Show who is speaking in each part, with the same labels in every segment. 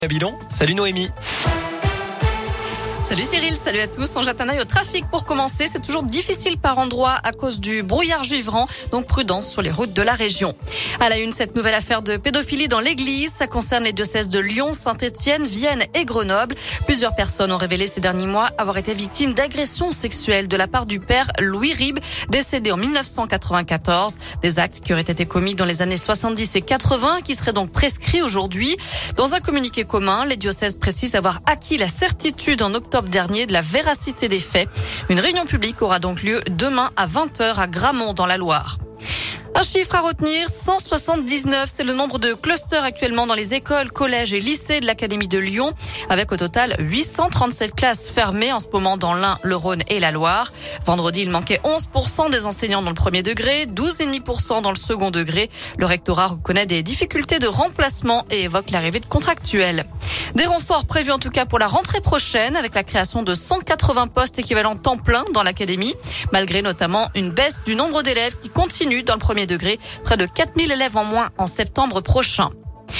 Speaker 1: Bilon. Salut Noémie.
Speaker 2: Salut Cyril, salut à tous. On jette un œil au trafic pour commencer. C'est toujours difficile par endroits à cause du brouillard givrant, donc prudence sur les routes de la région. À la une, cette nouvelle affaire de pédophilie dans l'église. Ça concerne les diocèses de Lyon, Saint-Étienne, Vienne et Grenoble. Plusieurs personnes ont révélé ces derniers mois avoir été victimes d'agressions sexuelles de la part du père Louis Ribes, décédé en 1994. Des actes qui auraient été commis dans les années 70 et 80, qui seraient donc prescrits aujourd'hui. Dans un communiqué commun, les diocèses précisent avoir acquis la certitude en octobre dernier de la véracité des faits. Une réunion publique aura donc lieu demain à 20h à Gramont dans la Loire. Un chiffre à retenir, 179, c'est le nombre de clusters actuellement dans les écoles, collèges et lycées de l'Académie de Lyon, avec au total 837 classes fermées en ce moment dans l'Ain, le Rhône et la Loire. Vendredi, il manquait 11% des enseignants dans le premier degré, 12,5% dans le second degré. Le rectorat reconnaît des difficultés de remplacement et évoque l'arrivée de contractuels. Des renforts prévus en tout cas pour la rentrée prochaine, avec la création de 180 postes équivalents temps plein dans l'académie, malgré notamment une baisse du nombre d'élèves qui continue dans le premier degré, près de 4000 élèves en moins en septembre prochain.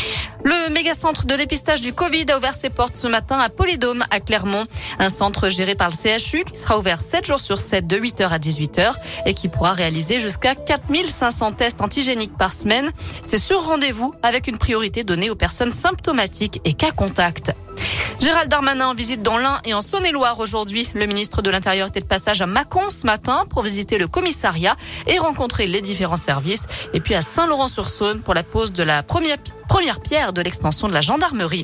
Speaker 2: Le méga-centre de dépistage du Covid a ouvert ses portes ce matin à Polydôme, à Clermont. Un centre géré par le CHU qui sera ouvert 7 jours sur 7 de 8h à 18h et qui pourra réaliser jusqu'à 4500 tests antigéniques par semaine. C'est sur rendez-vous avec une priorité donnée aux personnes symptomatiques et cas contacts. Gérald Darmanin en visite dans l'Ain et en Saône-et-Loire aujourd'hui. Le ministre de l'Intérieur était de passage à Mâcon ce matin pour visiter le commissariat et rencontrer les différents services. Et puis à Saint-Laurent-sur-Saône pour la pose de la première pierre de l'extension de la gendarmerie.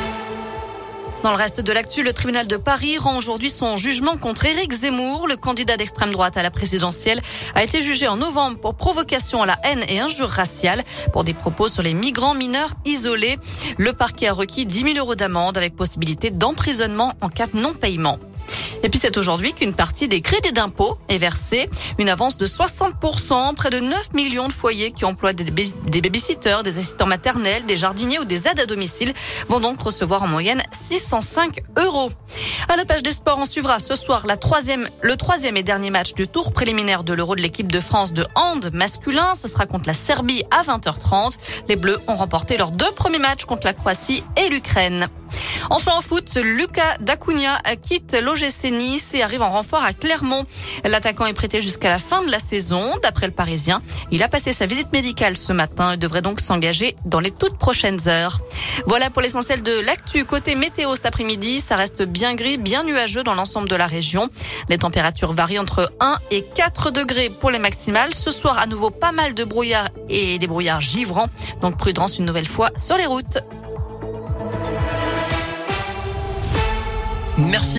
Speaker 2: Dans le reste de l'actu, le tribunal de Paris rend aujourd'hui son jugement contre Éric Zemmour. Le candidat d'extrême droite à la présidentielle a été jugé en novembre pour provocation à la haine et injure raciale pour des propos sur les migrants mineurs isolés. Le parquet a requis 10 000 € d'amende avec possibilité d'emprisonnement en cas de non-paiement. Et puis c'est aujourd'hui qu'une partie des crédits d'impôt est versée. Une avance de 60%. Près de 9 millions de foyers qui emploient des babysitters, des assistants maternels, des jardiniers ou des aides à domicile vont donc recevoir en moyenne 605 €. À la page des sports, on suivra ce soir le troisième et dernier match du tour préliminaire de l'Euro de l'équipe de France de hand masculin. Ce sera contre la Serbie à 20h30. Les Bleus ont remporté leurs 2 premiers matchs contre la Croatie et l'Ukraine. Enfin en foot, Lucas Dacunia quitte l'OGC Nice et arrive en renfort à Clermont. L'attaquant est prêté jusqu'à la fin de la saison. D'après le Parisien, il a passé sa visite médicale ce matin et devrait donc s'engager dans les toutes prochaines heures. Voilà pour l'essentiel de l'actu. Côté météo cet après-midi, ça reste bien gris, bien nuageux dans l'ensemble de la région. Les températures varient entre 1 et 4 degrés pour les maximales. Ce soir, à nouveau, pas mal de brouillard et des brouillards givrants. Donc prudence une nouvelle fois sur les routes.
Speaker 1: Merci.